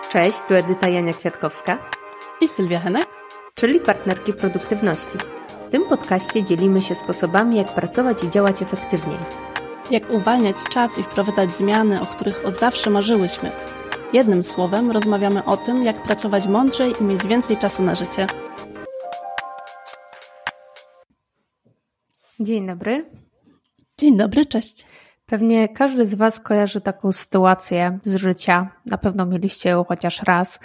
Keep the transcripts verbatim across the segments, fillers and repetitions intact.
Cześć, tu Edyta Jania-Kwiatkowska i Sylwia Henek, czyli partnerki produktywności. W tym podcaście dzielimy się sposobami, jak pracować i działać efektywniej. Jak uwalniać czas i wprowadzać zmiany, o których od zawsze marzyłyśmy. Jednym słowem rozmawiamy o tym, jak pracować mądrzej i mieć więcej czasu na życie. Dzień dobry. Dzień dobry, cześć. Pewnie każdy z Was kojarzy taką sytuację z życia, na pewno mieliście ją chociaż raz,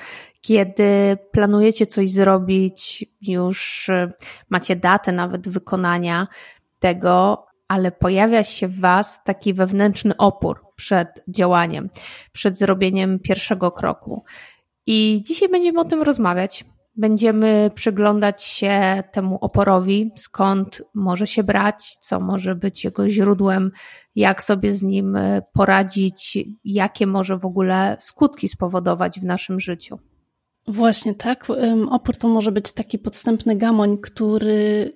kiedy planujecie coś zrobić, już macie datę nawet wykonania tego, ale pojawia się w Was taki wewnętrzny opór przed działaniem, przed zrobieniem pierwszego kroku. I dzisiaj będziemy o tym rozmawiać. Będziemy przyglądać się temu oporowi, skąd może się brać, co może być jego źródłem, jak sobie z nim poradzić, jakie może w ogóle skutki spowodować w naszym życiu. Właśnie tak. Opór to może być taki podstępny gamoń, który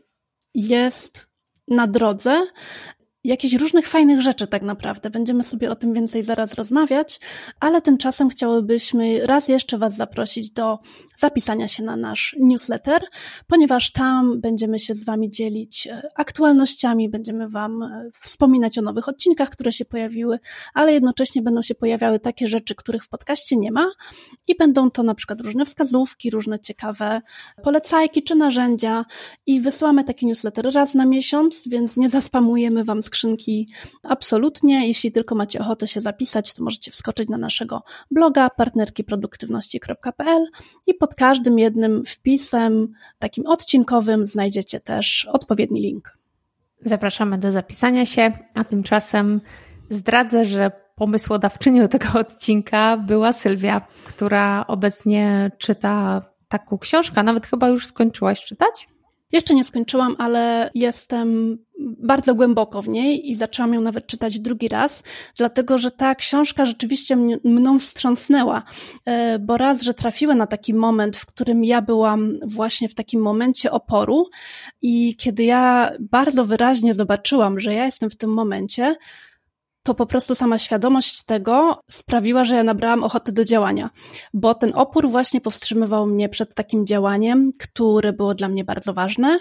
jest na drodze jakichś różnych fajnych rzeczy tak naprawdę. Będziemy sobie o tym więcej zaraz rozmawiać, ale tymczasem chciałybyśmy raz jeszcze Was zaprosić do zapisania się na nasz newsletter, ponieważ tam będziemy się z Wami dzielić aktualnościami, będziemy Wam wspominać o nowych odcinkach, które się pojawiły, ale jednocześnie będą się pojawiały takie rzeczy, których w podcaście nie ma i będą to na przykład różne wskazówki, różne ciekawe polecajki czy narzędzia i wysyłamy taki newsletter raz na miesiąc, więc nie zaspamujemy Wam skrzynki absolutnie. Jeśli tylko macie ochotę się zapisać, to możecie wskoczyć na naszego bloga partnerki produktywności kropka p l i pod każdym jednym wpisem takim odcinkowym znajdziecie też odpowiedni link. Zapraszamy do zapisania się, a tymczasem zdradzę, że pomysłodawczynią tego odcinka była Sylwia, która obecnie czyta taką książkę, nawet chyba już skończyłaś czytać? Jeszcze nie skończyłam, ale jestem bardzo głęboko w niej i zaczęłam ją nawet czytać drugi raz, dlatego że ta książka rzeczywiście mnie, mną wstrząsnęła, bo raz, że trafiła na taki moment, w którym ja byłam właśnie w takim momencie oporu i kiedy ja bardzo wyraźnie zobaczyłam, że ja jestem w tym momencie, to po prostu sama świadomość tego sprawiła, że ja nabrałam ochoty do działania, bo ten opór właśnie powstrzymywał mnie przed takim działaniem, które było dla mnie bardzo ważne,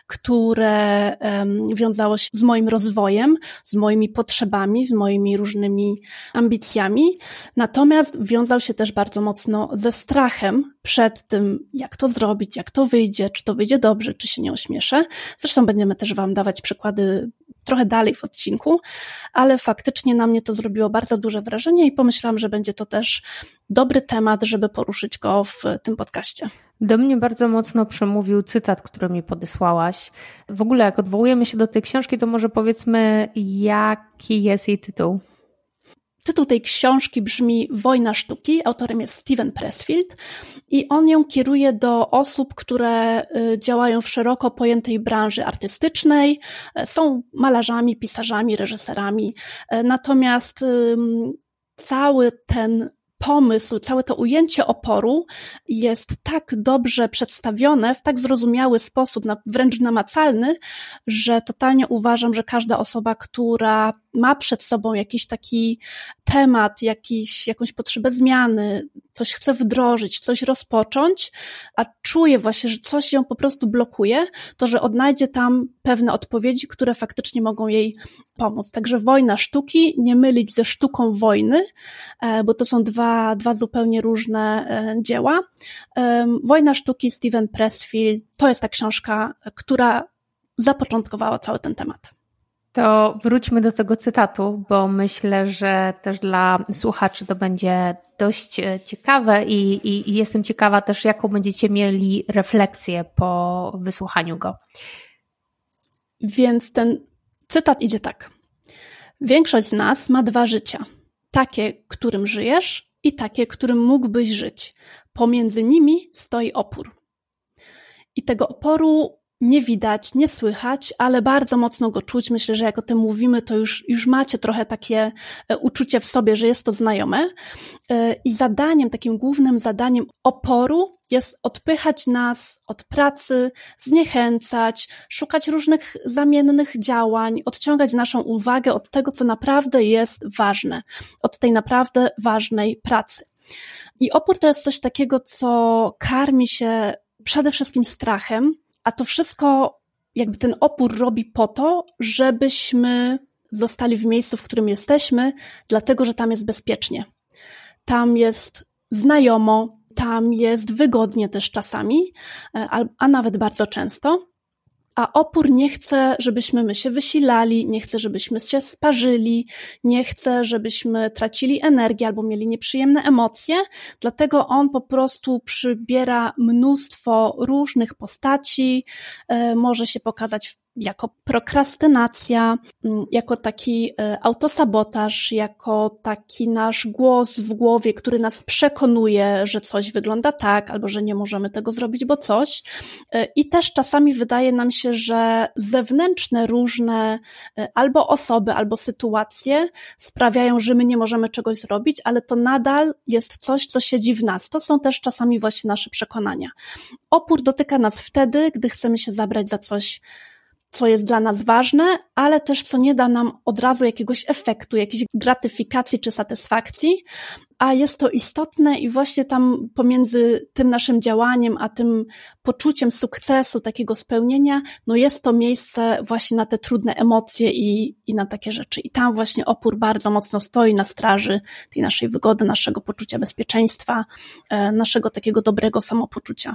które um, wiązało się z moim rozwojem, z moimi potrzebami, z moimi różnymi ambicjami, natomiast wiązał się też bardzo mocno ze strachem przed tym, jak to zrobić, jak to wyjdzie, czy to wyjdzie dobrze, czy się nie ośmieszę. Zresztą będziemy też Wam dawać przykłady trochę dalej w odcinku, ale faktycznie na mnie to zrobiło bardzo duże wrażenie i pomyślałam, że będzie to też dobry temat, żeby poruszyć go w tym podcaście. Do mnie bardzo mocno przemówił cytat, który mi podesłałaś. W ogóle jak odwołujemy się do tej książki, to może powiedzmy, jaki jest jej tytuł? Tytuł tej książki brzmi Wojna sztuki, autorem jest Steven Pressfield i on ją kieruje do osób, które działają w szeroko pojętej branży artystycznej, są malarzami, pisarzami, reżyserami, natomiast cały ten pomysł, całe to ujęcie oporu jest tak dobrze przedstawione, w tak zrozumiały sposób, wręcz namacalny, że totalnie uważam, że każda osoba, która ma przed sobą jakiś taki temat, jakiś, jakąś potrzebę zmiany, coś chce wdrożyć, coś rozpocząć, a czuje właśnie, że coś ją po prostu blokuje, to że odnajdzie tam pewne odpowiedzi, które faktycznie mogą jej pomóc. Także Wojna sztuki, nie mylić ze sztuką wojny, bo to są dwa, dwa zupełnie różne dzieła. Wojna sztuki, Steven Pressfield, to jest ta książka, która zapoczątkowała cały ten temat. To wróćmy do tego cytatu, bo myślę, że też dla słuchaczy to będzie dość ciekawe i, i, i jestem ciekawa też, jaką będziecie mieli refleksję po wysłuchaniu go. Więc ten cytat idzie tak. Większość z nas ma dwa życia. Takie, którym żyjesz i takie, którym mógłbyś żyć. Pomiędzy nimi stoi opór. I tego oporu nie widać, nie słychać, ale bardzo mocno go czuć. Myślę, że jak o tym mówimy, to już, już macie trochę takie uczucie w sobie, że jest to znajome. I zadaniem, takim głównym zadaniem oporu jest odpychać nas od pracy, zniechęcać, szukać różnych zamiennych działań, odciągać naszą uwagę od tego, co naprawdę jest ważne, od tej naprawdę ważnej pracy. I opór to jest coś takiego, co karmi się przede wszystkim strachem, a to wszystko, jakby ten opór robi po to, żebyśmy zostali w miejscu, w którym jesteśmy, dlatego, że tam jest bezpiecznie. Tam jest znajomo, tam jest wygodnie też czasami, a, a nawet bardzo często. A opór nie chce, żebyśmy my się wysilali, nie chce, żebyśmy się sparzyli, nie chce, żebyśmy tracili energię albo mieli nieprzyjemne emocje, dlatego on po prostu przybiera mnóstwo różnych postaci, yy, może się pokazać jako prokrastynacja, jako taki autosabotaż, jako taki nasz głos w głowie, który nas przekonuje, że coś wygląda tak, albo że nie możemy tego zrobić, bo coś. I też czasami wydaje nam się, że zewnętrzne różne albo osoby, albo sytuacje sprawiają, że my nie możemy czegoś zrobić, ale to nadal jest coś, co siedzi w nas. To są też czasami właśnie nasze przekonania. Opór dotyka nas wtedy, gdy chcemy się zabrać za coś, co jest dla nas ważne, ale też co nie da nam od razu jakiegoś efektu, jakiejś gratyfikacji czy satysfakcji, a jest to istotne i właśnie tam pomiędzy tym naszym działaniem, a tym poczuciem sukcesu, takiego spełnienia, no jest to miejsce właśnie na te trudne emocje i, i na takie rzeczy. I tam właśnie opór bardzo mocno stoi na straży tej naszej wygody, naszego poczucia bezpieczeństwa, naszego takiego dobrego samopoczucia.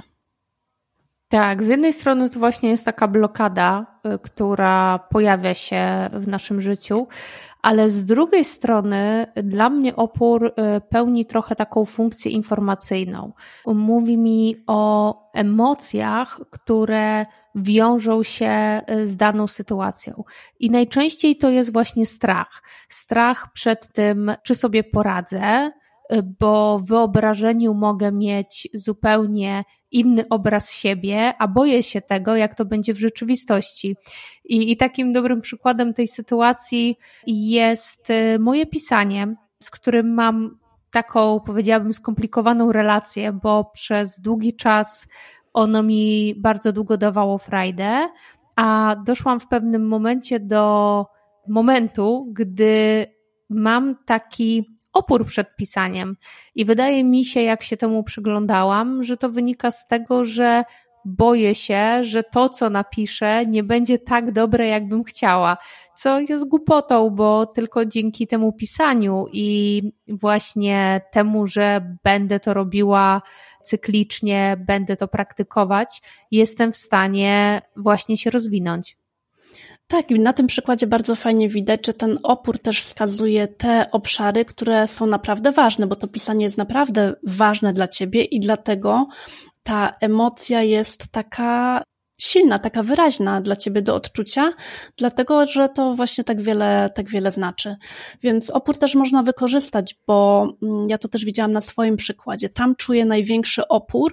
Tak, z jednej strony to właśnie jest taka blokada, która pojawia się w naszym życiu, ale z drugiej strony dla mnie opór pełni trochę taką funkcję informacyjną. Mówi mi o emocjach, które wiążą się z daną sytuacją. I najczęściej to jest właśnie strach. Strach przed tym, czy sobie poradzę, bo w wyobrażeniu mogę mieć zupełnie inny obraz siebie, a boję się tego, jak to będzie w rzeczywistości. I, i takim dobrym przykładem tej sytuacji jest moje pisanie, z którym mam taką, powiedziałabym, skomplikowaną relację, bo przez długi czas ono mi bardzo długo dawało frajdę, a doszłam w pewnym momencie do momentu, gdy mam taki opór przed pisaniem i wydaje mi się, jak się temu przyglądałam, że to wynika z tego, że boję się, że to, co napiszę, nie będzie tak dobre, jakbym chciała, co jest głupotą, bo tylko dzięki temu pisaniu i właśnie temu, że będę to robiła cyklicznie, będę to praktykować, jestem w stanie właśnie się rozwinąć. Tak, i na tym przykładzie bardzo fajnie widać, że ten opór też wskazuje te obszary, które są naprawdę ważne, bo to pisanie jest naprawdę ważne dla ciebie i dlatego ta emocja jest taka silna, taka wyraźna dla ciebie do odczucia, dlatego, że to właśnie tak wiele, tak wiele znaczy. Więc opór też można wykorzystać, bo ja to też widziałam na swoim przykładzie. Tam czuję największy opór,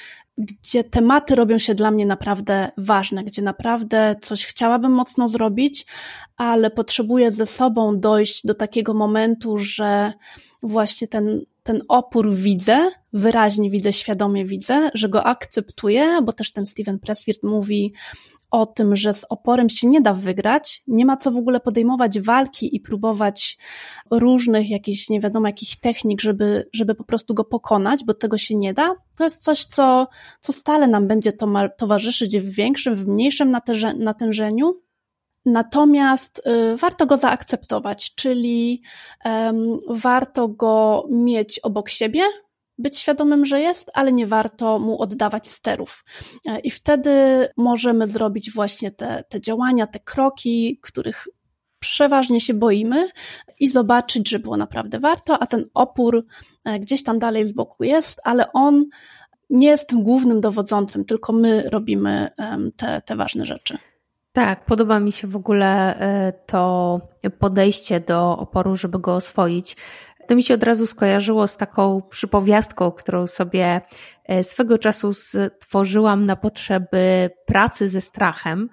gdzie tematy robią się dla mnie naprawdę ważne, gdzie naprawdę coś chciałabym mocno zrobić, ale potrzebuję ze sobą dojść do takiego momentu, że właśnie ten, ten opór widzę, wyraźnie widzę, świadomie widzę, że go akceptuję, bo też ten Steven Pressfield mówi o tym, że z oporem się nie da wygrać, nie ma co w ogóle podejmować walki i próbować różnych jakichś, nie wiadomo jakich technik, żeby, żeby po prostu go pokonać, bo tego się nie da. To jest coś, co, co stale nam będzie towarzyszyć w większym, w mniejszym natężeniu. Natomiast y, warto go zaakceptować, czyli y, warto go mieć obok siebie, być świadomym, że jest, ale nie warto mu oddawać sterów. I wtedy możemy zrobić właśnie te, te działania, te kroki, których przeważnie się boimy i zobaczyć, że było naprawdę warto, a ten opór gdzieś tam dalej z boku jest, ale on nie jest tym głównym dowodzącym, tylko my robimy te, te ważne rzeczy. Tak, podoba mi się w ogóle to podejście do oporu, żeby go oswoić. To mi się od razu skojarzyło z taką przypowiastką, którą sobie swego czasu stworzyłam na potrzeby pracy ze strachem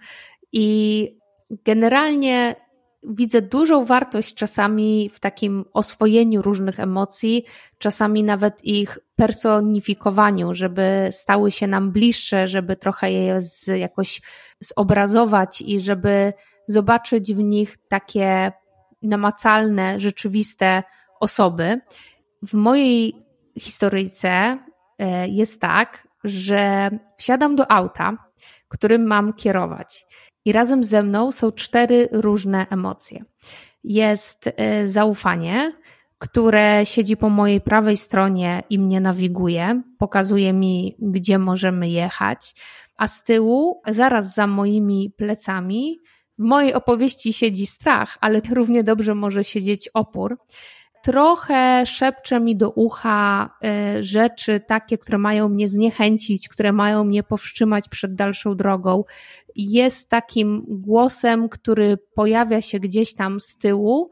i generalnie widzę dużą wartość czasami w takim oswojeniu różnych emocji, czasami nawet ich personifikowaniu, żeby stały się nam bliższe, żeby trochę je z, jakoś zobrazować i żeby zobaczyć w nich takie namacalne, rzeczywiste osoby. W mojej historyjce jest tak, że wsiadam do auta, którym mam kierować i razem ze mną są cztery różne emocje. Jest zaufanie, które siedzi po mojej prawej stronie i mnie nawiguje, pokazuje mi, gdzie możemy jechać, a z tyłu, zaraz za moimi plecami, w mojej opowieści siedzi strach, ale równie dobrze może siedzieć opór. Trochę szepcze mi do ucha y, rzeczy takie, które mają mnie zniechęcić, które mają mnie powstrzymać przed dalszą drogą. Jest takim głosem, który pojawia się gdzieś tam z tyłu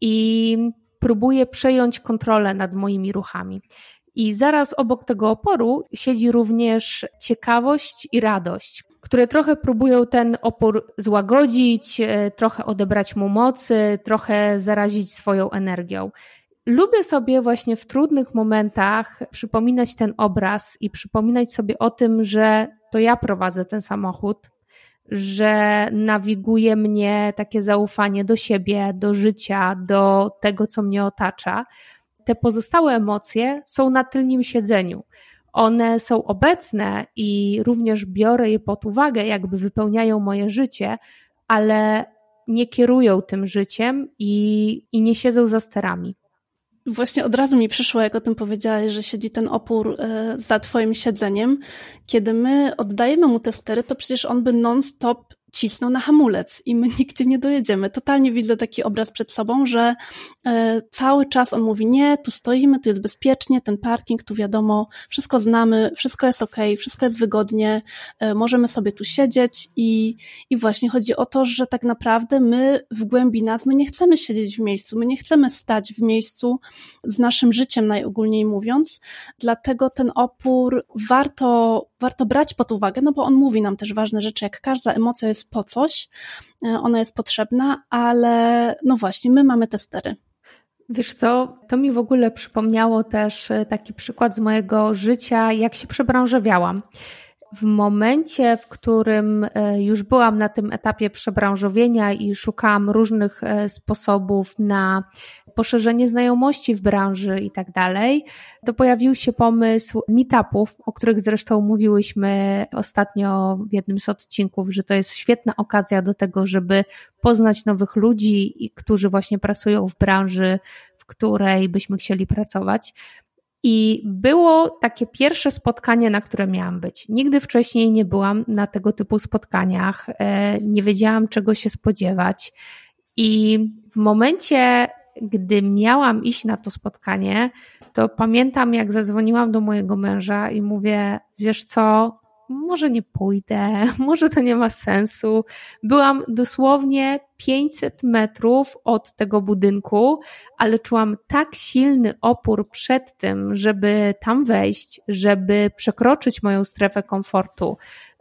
i próbuje przejąć kontrolę nad moimi ruchami. I zaraz obok tego oporu siedzi również ciekawość i radość, które trochę próbują ten opór złagodzić, trochę odebrać mu mocy, trochę zarazić swoją energią. Lubię sobie właśnie w trudnych momentach przypominać ten obraz i przypominać sobie o tym, że to ja prowadzę ten samochód, że nawiguje mnie takie zaufanie do siebie, do życia, do tego, co mnie otacza. Te pozostałe emocje są na tylnym siedzeniu. One są obecne i również biorę je pod uwagę, jakby wypełniają moje życie, ale nie kierują tym życiem i, i nie siedzą za sterami. Właśnie od razu mi przyszło, jak o tym powiedziałaś, że siedzi ten opór za twoim siedzeniem. Kiedy my oddajemy mu te stery, to przecież on by non-stop cisnął na hamulec i my nigdzie nie dojedziemy. Totalnie widzę taki obraz przed sobą, że e, cały czas on mówi, nie, tu stoimy, tu jest bezpiecznie, ten parking, tu wiadomo, wszystko znamy, wszystko jest okej, wszystko jest wygodnie, e, możemy sobie tu siedzieć i, i właśnie chodzi o to, że tak naprawdę my w głębi nas, my nie chcemy siedzieć w miejscu, my nie chcemy stać w miejscu z naszym życiem, najogólniej mówiąc, dlatego ten opór warto, warto brać pod uwagę, no bo on mówi nam też ważne rzeczy, jak każda emocja jest po coś, ona jest potrzebna, ale no właśnie, my mamy te stery. Wiesz co, to mi w ogóle przypomniało też taki przykład z mojego życia, jak się przebranżowiałam. W momencie, w którym już byłam na tym etapie przebranżowienia i szukałam różnych sposobów na poszerzenie znajomości w branży i tak dalej, to pojawił się pomysł meetupów, o których zresztą mówiłyśmy ostatnio w jednym z odcinków, że to jest świetna okazja do tego, żeby poznać nowych ludzi, którzy właśnie pracują w branży, w której byśmy chcieli pracować. I było takie pierwsze spotkanie, na które miałam być. Nigdy wcześniej nie byłam na tego typu spotkaniach, nie wiedziałam, czego się spodziewać. I w momencie, gdy miałam iść na to spotkanie, to pamiętam, jak zadzwoniłam do mojego męża i mówię, wiesz co, może nie pójdę, może to nie ma sensu. Byłam dosłownie pięćset metrów od tego budynku, ale czułam tak silny opór przed tym, żeby tam wejść, żeby przekroczyć moją strefę komfortu,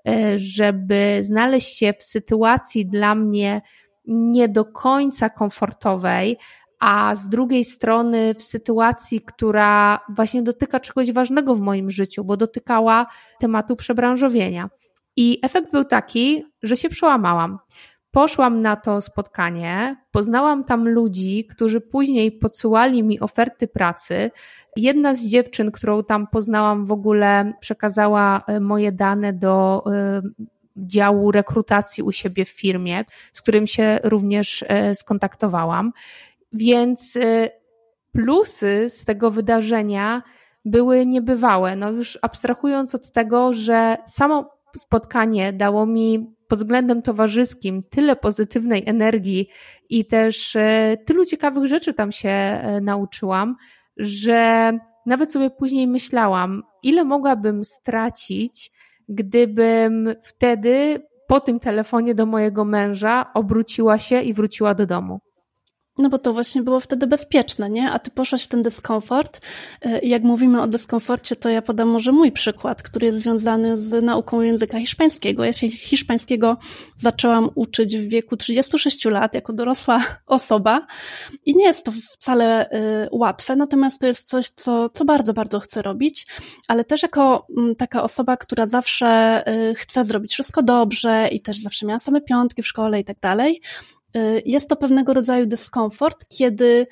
żeby znaleźć się w sytuacji dla mnie nie do końca komfortowej, a z drugiej strony w sytuacji, która właśnie dotyka czegoś ważnego w moim życiu, bo dotykała tematu przebranżowienia. I efekt był taki, że się przełamałam. Poszłam na to spotkanie, poznałam tam ludzi, którzy później podsyłali mi oferty pracy. Jedna z dziewczyn, którą tam poznałam, w ogóle przekazała moje dane do działu rekrutacji u siebie w firmie, z którym się również skontaktowałam. Więc plusy z tego wydarzenia były niebywałe. No już abstrahując od tego, że samo spotkanie dało mi pod względem towarzyskim tyle pozytywnej energii i też tylu ciekawych rzeczy tam się nauczyłam, że nawet sobie później myślałam, ile mogłabym stracić, gdybym wtedy po tym telefonie do mojego męża obróciła się i wróciła do domu. No bo to właśnie było wtedy bezpieczne, nie? A ty poszłaś w ten dyskomfort. Jak mówimy o dyskomforcie, to ja podam może mój przykład, który jest związany z nauką języka hiszpańskiego. Ja się hiszpańskiego zaczęłam uczyć w wieku trzydziestu sześciu lat, jako dorosła osoba i nie jest to wcale y, łatwe, natomiast to jest coś, co, co bardzo, bardzo chcę robić, ale też jako m, taka osoba, która zawsze y, chce zrobić wszystko dobrze i też zawsze miała same piątki w szkole i tak dalej, jest to pewnego rodzaju dyskomfort, kiedy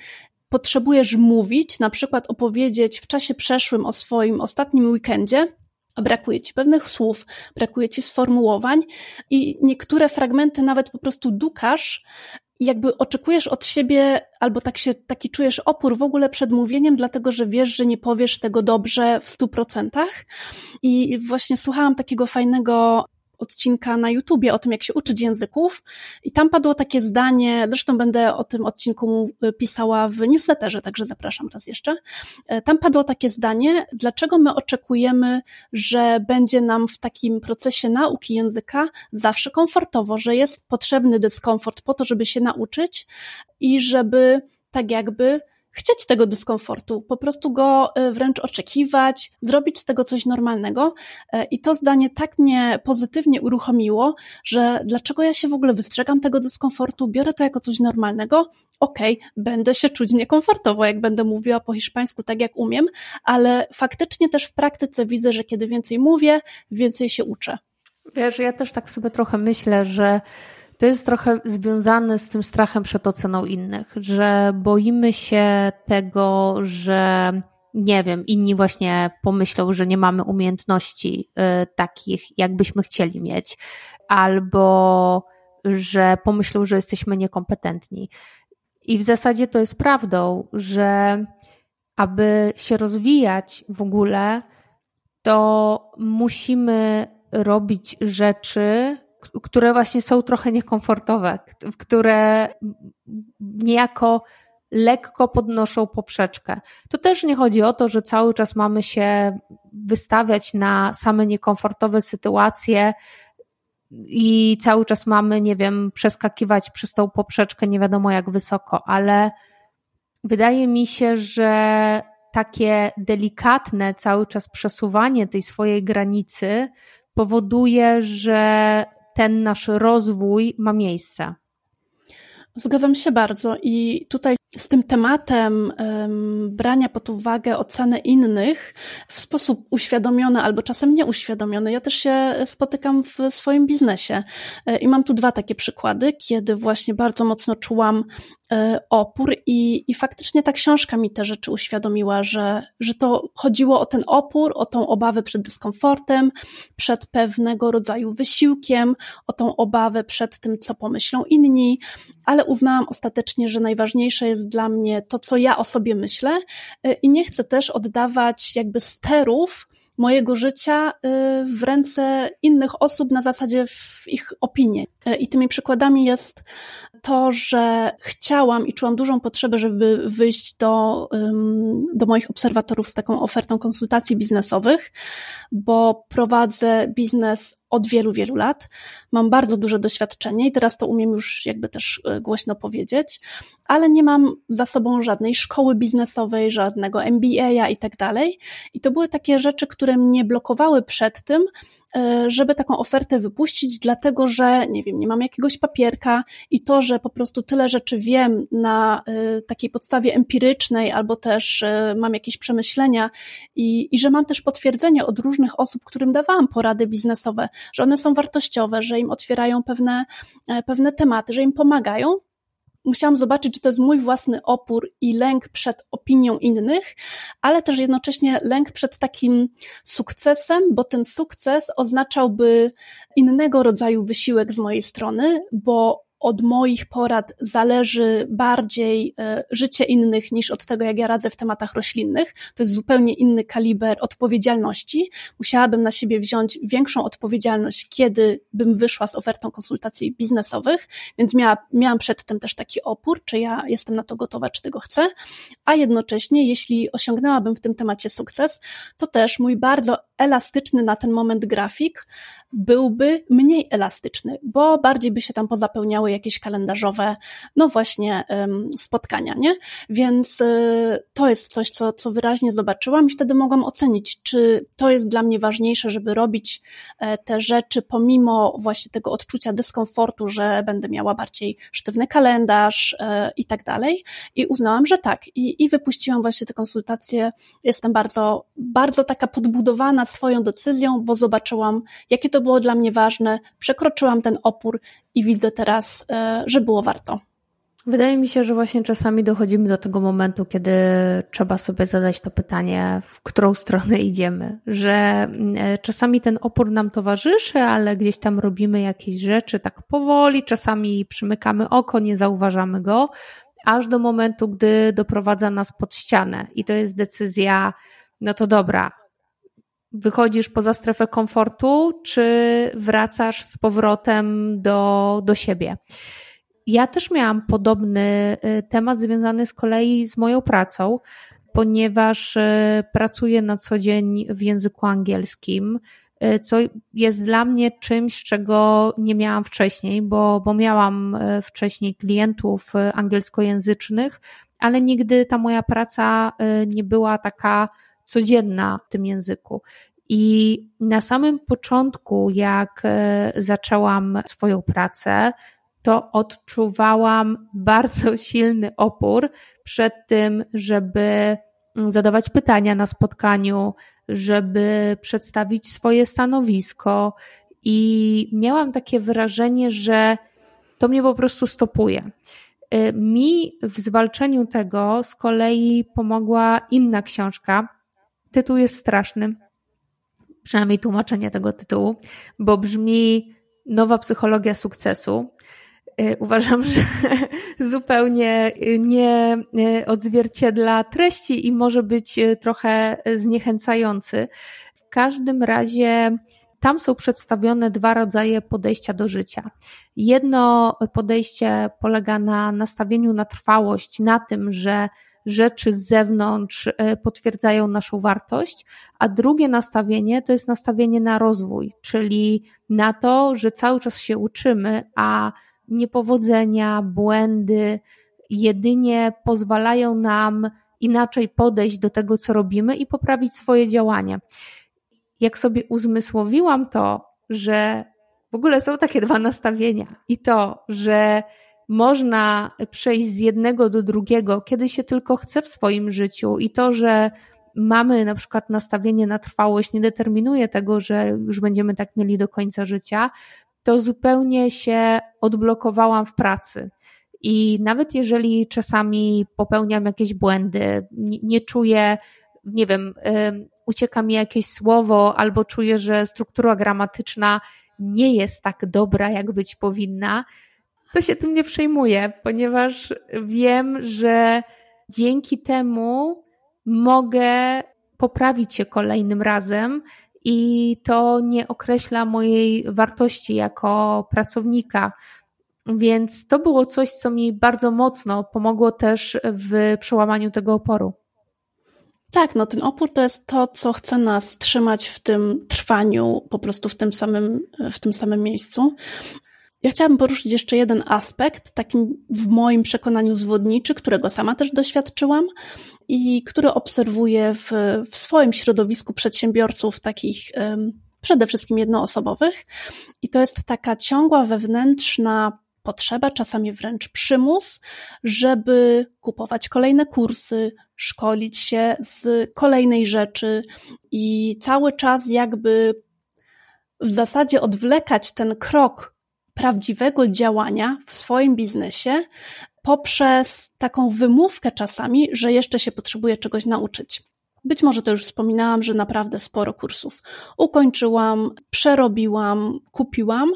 potrzebujesz mówić, na przykład opowiedzieć w czasie przeszłym o swoim ostatnim weekendzie, a brakuje ci pewnych słów, brakuje ci sformułowań i niektóre fragmenty nawet po prostu dukasz, jakby oczekujesz od siebie, albo tak się, taki czujesz opór w ogóle przed mówieniem, dlatego że wiesz, że nie powiesz tego dobrze w stu procentach. I właśnie słuchałam takiego fajnego odcinka na YouTubie o tym, jak się uczyć języków i tam padło takie zdanie, zresztą będę o tym odcinku pisała w newsletterze, także zapraszam raz jeszcze. Tam padło takie zdanie, dlaczego my oczekujemy, że będzie nam w takim procesie nauki języka zawsze komfortowo, że jest potrzebny dyskomfort po to, żeby się nauczyć i żeby tak jakby chcieć tego dyskomfortu, po prostu go wręcz oczekiwać, zrobić z tego coś normalnego i to zdanie tak mnie pozytywnie uruchomiło, że dlaczego ja się w ogóle wystrzegam tego dyskomfortu, biorę to jako coś normalnego, okej, okay, będę się czuć niekomfortowo, jak będę mówiła po hiszpańsku tak jak umiem, ale faktycznie też w praktyce widzę, że kiedy więcej mówię, więcej się uczę. Wiesz, ja też tak sobie trochę myślę, że to jest trochę związane z tym strachem przed oceną innych, że boimy się tego, że nie wiem, inni właśnie pomyślą, że nie mamy umiejętności y, takich, jakbyśmy chcieli mieć, albo że pomyślą, że jesteśmy niekompetentni. I w zasadzie to jest prawdą, że aby się rozwijać w ogóle, to musimy robić rzeczy, które właśnie są trochę niekomfortowe, które niejako lekko podnoszą poprzeczkę. To też nie chodzi o to, że cały czas mamy się wystawiać na same niekomfortowe sytuacje i cały czas mamy, nie wiem, przeskakiwać przez tą poprzeczkę nie wiadomo jak wysoko, ale wydaje mi się, że takie delikatne cały czas przesuwanie tej swojej granicy powoduje, że ten nasz rozwój ma miejsce. Zgadzam się bardzo i tutaj z tym tematem um, brania pod uwagę oceny innych w sposób uświadomiony albo czasem nieuświadomiony. Ja też się spotykam w swoim biznesie i mam tu dwa takie przykłady, kiedy właśnie bardzo mocno czułam opór i, i faktycznie ta książka mi te rzeczy uświadomiła, że, że to chodziło o ten opór, o tą obawę przed dyskomfortem, przed pewnego rodzaju wysiłkiem, o tą obawę przed tym, co pomyślą inni, ale uznałam ostatecznie, że najważniejsze jest dla mnie to, co ja o sobie myślę i nie chcę też oddawać jakby sterów mojego życia w ręce innych osób na zasadzie w ich opinię. I tymi przykładami jest to, że chciałam i czułam dużą potrzebę, żeby wyjść do, do moich obserwatorów z taką ofertą konsultacji biznesowych, bo prowadzę biznes od wielu, wielu lat. Mam bardzo duże doświadczenie i teraz to umiem już jakby też głośno powiedzieć, ale nie mam za sobą żadnej szkoły biznesowej, żadnego M B A i tak dalej. I to były takie rzeczy, które mnie blokowały przed tym, żeby taką ofertę wypuścić, dlatego że, nie wiem, nie mam jakiegoś papierka i to, że po prostu tyle rzeczy wiem na y, takiej podstawie empirycznej albo też y, mam jakieś przemyślenia i, i że mam też potwierdzenie od różnych osób, którym dawałam porady biznesowe, że one są wartościowe, że im otwierają pewne, y, pewne tematy, że im pomagają. Musiałam zobaczyć, czy to jest mój własny opór i lęk przed opinią innych, ale też jednocześnie lęk przed takim sukcesem, bo ten sukces oznaczałby innego rodzaju wysiłek z mojej strony, bo od moich porad zależy bardziej życie innych niż od tego, jak ja radzę w tematach roślinnych. To jest zupełnie inny kaliber odpowiedzialności. Musiałabym na siebie wziąć większą odpowiedzialność, kiedy bym wyszła z ofertą konsultacji biznesowych, więc miała, miałam przed tym też taki opór, czy ja jestem na to gotowa, czy tego chcę, a jednocześnie, jeśli osiągnęłabym w tym temacie sukces, to też mój bardzo elastyczny na ten moment grafik byłby mniej elastyczny, bo bardziej by się tam pozapełniały jakieś kalendarzowe, no właśnie um, spotkania, nie? Więc y, to jest coś, co, co wyraźnie zobaczyłam i wtedy mogłam ocenić, czy to jest dla mnie ważniejsze, żeby robić e, te rzeczy pomimo właśnie tego odczucia dyskomfortu, że będę miała bardziej sztywny kalendarz e, i tak dalej. I uznałam, że tak. I, i wypuściłam właśnie te konsultacje. Jestem bardzo, bardzo taka podbudowana swoją decyzją, bo zobaczyłam, jakie to było dla mnie ważne, przekroczyłam ten opór i widzę teraz, że było warto. Wydaje mi się, że właśnie czasami dochodzimy do tego momentu, kiedy trzeba sobie zadać to pytanie, w którą stronę idziemy, że czasami ten opór nam towarzyszy, ale gdzieś tam robimy jakieś rzeczy tak powoli, czasami przymykamy oko, nie zauważamy go, aż do momentu, gdy doprowadza nas pod ścianę i to jest decyzja, no to dobra, wychodzisz poza strefę komfortu, czy wracasz z powrotem do, do siebie. Ja też miałam podobny temat związany z kolei z moją pracą, ponieważ pracuję na co dzień w języku angielskim, co jest dla mnie czymś, czego nie miałam wcześniej, bo, bo miałam wcześniej klientów angielskojęzycznych, ale nigdy ta moja praca nie była taka codzienna w tym języku. I na samym początku, jak zaczęłam swoją pracę, to odczuwałam bardzo silny opór przed tym, żeby zadawać pytania na spotkaniu, żeby przedstawić swoje stanowisko i miałam takie wrażenie, że to mnie po prostu stopuje. Mi w zwalczeniu tego z kolei pomogła inna książka. Tytuł jest straszny, przynajmniej tłumaczenie tego tytułu, bo brzmi Nowa psychologia sukcesu. Uważam, że zupełnie nie odzwierciedla treści i może być trochę zniechęcający. W każdym razie tam są przedstawione dwa rodzaje podejścia do życia. Jedno podejście polega na nastawieniu na trwałość, na tym, że rzeczy z zewnątrz potwierdzają naszą wartość, a drugie nastawienie to jest nastawienie na rozwój, czyli na to, że cały czas się uczymy, a niepowodzenia, błędy jedynie pozwalają nam inaczej podejść do tego, co robimy i poprawić swoje działania. Jak sobie uzmysłowiłam to, że w ogóle są takie dwa nastawienia i to, że można przejść z jednego do drugiego, kiedy się tylko chce w swoim życiu i to, że mamy na przykład nastawienie na trwałość, nie determinuje tego, że już będziemy tak mieli do końca życia, to zupełnie się odblokowałam w pracy. I nawet jeżeli czasami popełniam jakieś błędy, nie, nie czuję, nie wiem, yy, ucieka mi jakieś słowo albo czuję, że struktura gramatyczna nie jest tak dobra, jak być powinna, to się tym nie przejmuję, ponieważ wiem, że dzięki temu mogę poprawić się kolejnym razem i to nie określa mojej wartości jako pracownika. Więc to było coś, co mi bardzo mocno pomogło też w przełamaniu tego oporu. Tak, no ten opór to jest to, co chce nas trzymać w tym trwaniu, po prostu w tym samym, w tym samym miejscu. Ja chciałabym poruszyć jeszcze jeden aspekt, takim w moim przekonaniu zwodniczy, którego sama też doświadczyłam i który obserwuję w, w swoim środowisku przedsiębiorców, takich um, przede wszystkim jednoosobowych. I to jest taka ciągła wewnętrzna potrzeba, czasami wręcz przymus, żeby kupować kolejne kursy, szkolić się z kolejnej rzeczy i cały czas jakby w zasadzie odwlekać ten krok prawdziwego działania w swoim biznesie poprzez taką wymówkę czasami, że jeszcze się potrzebuje czegoś nauczyć. Być może to już wspominałam, że naprawdę sporo kursów ukończyłam, przerobiłam, kupiłam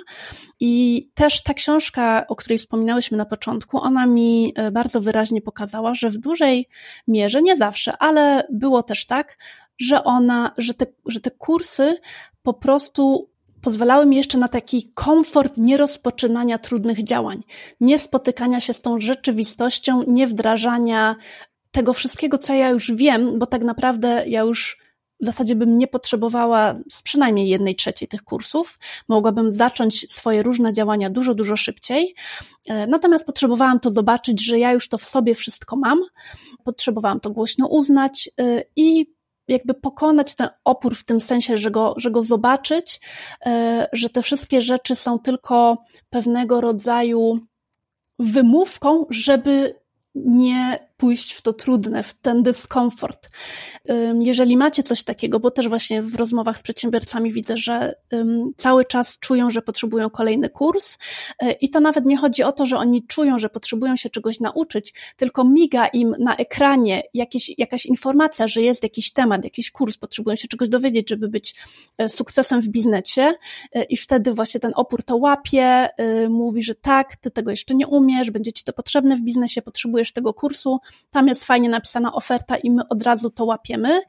i też ta książka, o której wspominałyśmy na początku, ona mi bardzo wyraźnie pokazała, że w dużej mierze, nie zawsze, ale było też tak, że ona, że te, że te kursy po prostu pozwalały mi jeszcze na taki komfort nierozpoczynania trudnych działań, nie spotykania się z tą rzeczywistością, nie wdrażania tego wszystkiego, co ja już wiem, bo tak naprawdę ja już w zasadzie bym nie potrzebowała z przynajmniej jednej trzeciej tych kursów. Mogłabym zacząć swoje różne działania dużo, dużo szybciej. Natomiast potrzebowałam to zobaczyć, że ja już to w sobie wszystko mam. Potrzebowałam to głośno uznać i jakby pokonać ten opór w tym sensie, że go, że go zobaczyć, że te wszystkie rzeczy są tylko pewnego rodzaju wymówką, żeby nie pójść w to trudne, w ten dyskomfort. Jeżeli macie coś takiego, bo też właśnie w rozmowach z przedsiębiorcami widzę, że cały czas czują, że potrzebują kolejny kurs i to nawet nie chodzi o to, że oni czują, że potrzebują się czegoś nauczyć, tylko miga im na ekranie jakieś, jakaś informacja, że jest jakiś temat, jakiś kurs, potrzebują się czegoś dowiedzieć, żeby być sukcesem w biznesie i wtedy właśnie ten opór to łapie, mówi, że tak, ty tego jeszcze nie umiesz, będzie ci to potrzebne w biznesie, potrzebujesz tego kursu, tam jest fajnie napisana oferta i my od razu to łapiemy,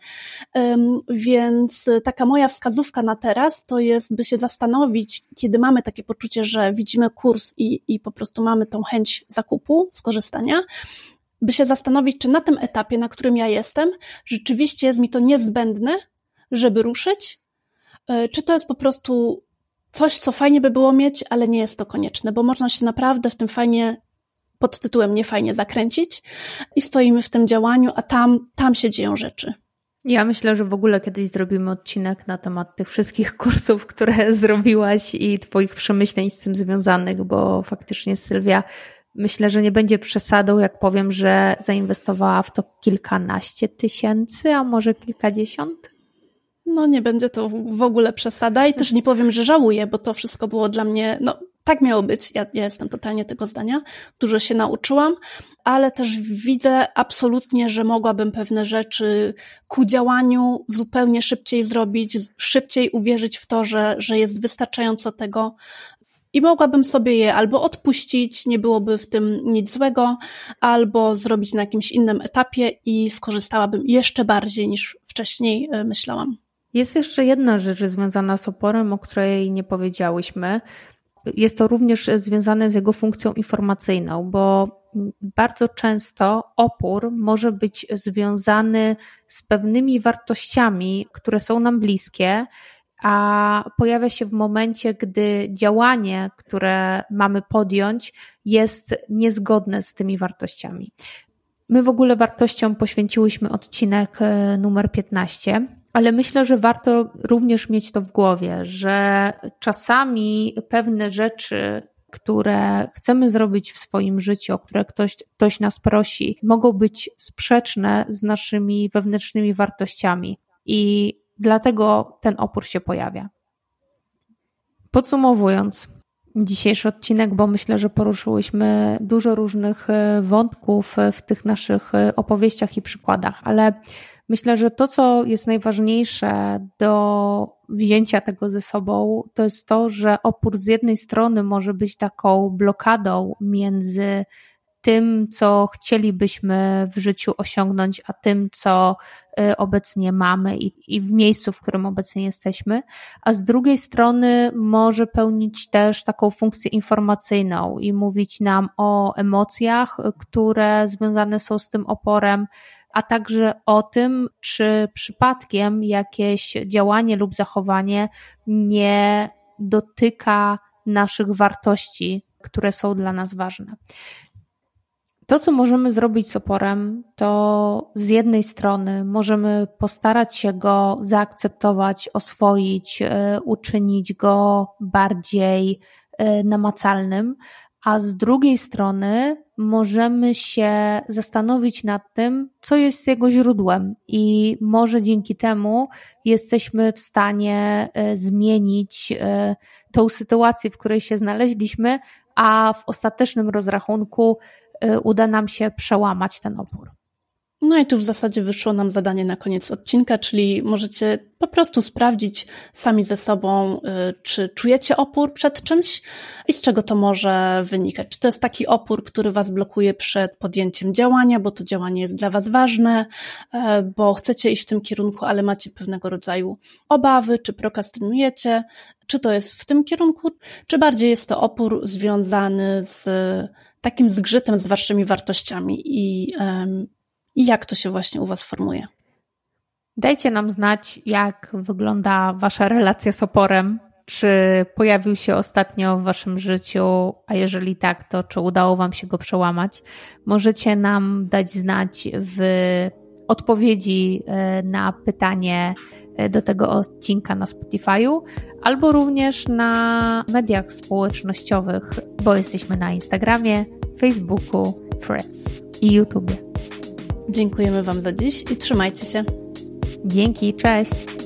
więc taka moja wskazówka na teraz to jest, by się zastanowić, kiedy mamy takie poczucie, że widzimy kurs i, i po prostu mamy tą chęć zakupu, skorzystania, by się zastanowić, czy na tym etapie, na którym ja jestem, rzeczywiście jest mi to niezbędne, żeby ruszyć, czy to jest po prostu coś, co fajnie by było mieć, ale nie jest to konieczne, bo można się naprawdę w tym fajnie, pod tytułem niefajnie zakręcić i stoimy w tym działaniu, a tam, tam się dzieją rzeczy. Ja myślę, że w ogóle kiedyś zrobimy odcinek na temat tych wszystkich kursów, które zrobiłaś i twoich przemyśleń z tym związanych, bo faktycznie Sylwia, myślę, że nie będzie przesadą, jak powiem, że zainwestowała w to kilkanaście tysięcy, a może kilkadziesiąt? No nie będzie to w ogóle przesada i też nie powiem, że żałuję, bo to wszystko było dla mnie, no tak miało być, ja, ja jestem totalnie tego zdania, dużo się nauczyłam, ale też widzę absolutnie, że mogłabym pewne rzeczy ku działaniu zupełnie szybciej zrobić, szybciej uwierzyć w to, że, że jest wystarczająco tego i mogłabym sobie je albo odpuścić, nie byłoby w tym nic złego, albo zrobić na jakimś innym etapie i skorzystałabym jeszcze bardziej niż wcześniej myślałam. Jest jeszcze jedna rzecz związana z oporem, o której nie powiedziałyśmy. Jest to również związane z jego funkcją informacyjną, bo bardzo często opór może być związany z pewnymi wartościami, które są nam bliskie, a pojawia się w momencie, gdy działanie, które mamy podjąć, jest niezgodne z tymi wartościami. My w ogóle wartościom poświęciłyśmy odcinek numer piętnaście, ale myślę, że warto również mieć to w głowie, że czasami pewne rzeczy, które chcemy zrobić w swoim życiu, o które ktoś, ktoś nas prosi, mogą być sprzeczne z naszymi wewnętrznymi wartościami i dlatego ten opór się pojawia. Podsumowując dzisiejszy odcinek, bo myślę, że poruszyłyśmy dużo różnych wątków w tych naszych opowieściach i przykładach, ale myślę, że to, co jest najważniejsze do wzięcia tego ze sobą, to jest to, że opór z jednej strony może być taką blokadą między tym, co chcielibyśmy w życiu osiągnąć, a tym, co obecnie mamy i, i w miejscu, w którym obecnie jesteśmy, a z drugiej strony może pełnić też taką funkcję informacyjną i mówić nam o emocjach, które związane są z tym oporem, a także o tym, czy przypadkiem jakieś działanie lub zachowanie nie dotyka naszych wartości, które są dla nas ważne. To, co możemy zrobić z oporem, to z jednej strony możemy postarać się go zaakceptować, oswoić, uczynić go bardziej namacalnym, a z drugiej strony możemy się zastanowić nad tym, co jest jego źródłem i może dzięki temu jesteśmy w stanie zmienić tą sytuację, w której się znaleźliśmy, a w ostatecznym rozrachunku uda nam się przełamać ten opór. No i tu w zasadzie wyszło nam zadanie na koniec odcinka, czyli możecie po prostu sprawdzić sami ze sobą, czy czujecie opór przed czymś i z czego to może wynikać. Czy to jest taki opór, który was blokuje przed podjęciem działania, bo to działanie jest dla was ważne, bo chcecie iść w tym kierunku, ale macie pewnego rodzaju obawy, czy prokrastynujecie, czy to jest w tym kierunku, czy bardziej jest to opór związany z takim zgrzytem z waszymi wartościami i um, I jak to się właśnie u was formuje? Dajcie nam znać, jak wygląda wasza relacja z oporem. Czy pojawił się ostatnio w waszym życiu, a jeżeli tak, to czy udało wam się go przełamać? Możecie nam dać znać w odpowiedzi na pytanie do tego odcinka na Spotify'u, albo również na mediach społecznościowych, bo jesteśmy na Instagramie, Facebooku, Threads i YouTubie. Dziękujemy Wam za dziś i trzymajcie się. Dzięki, cześć.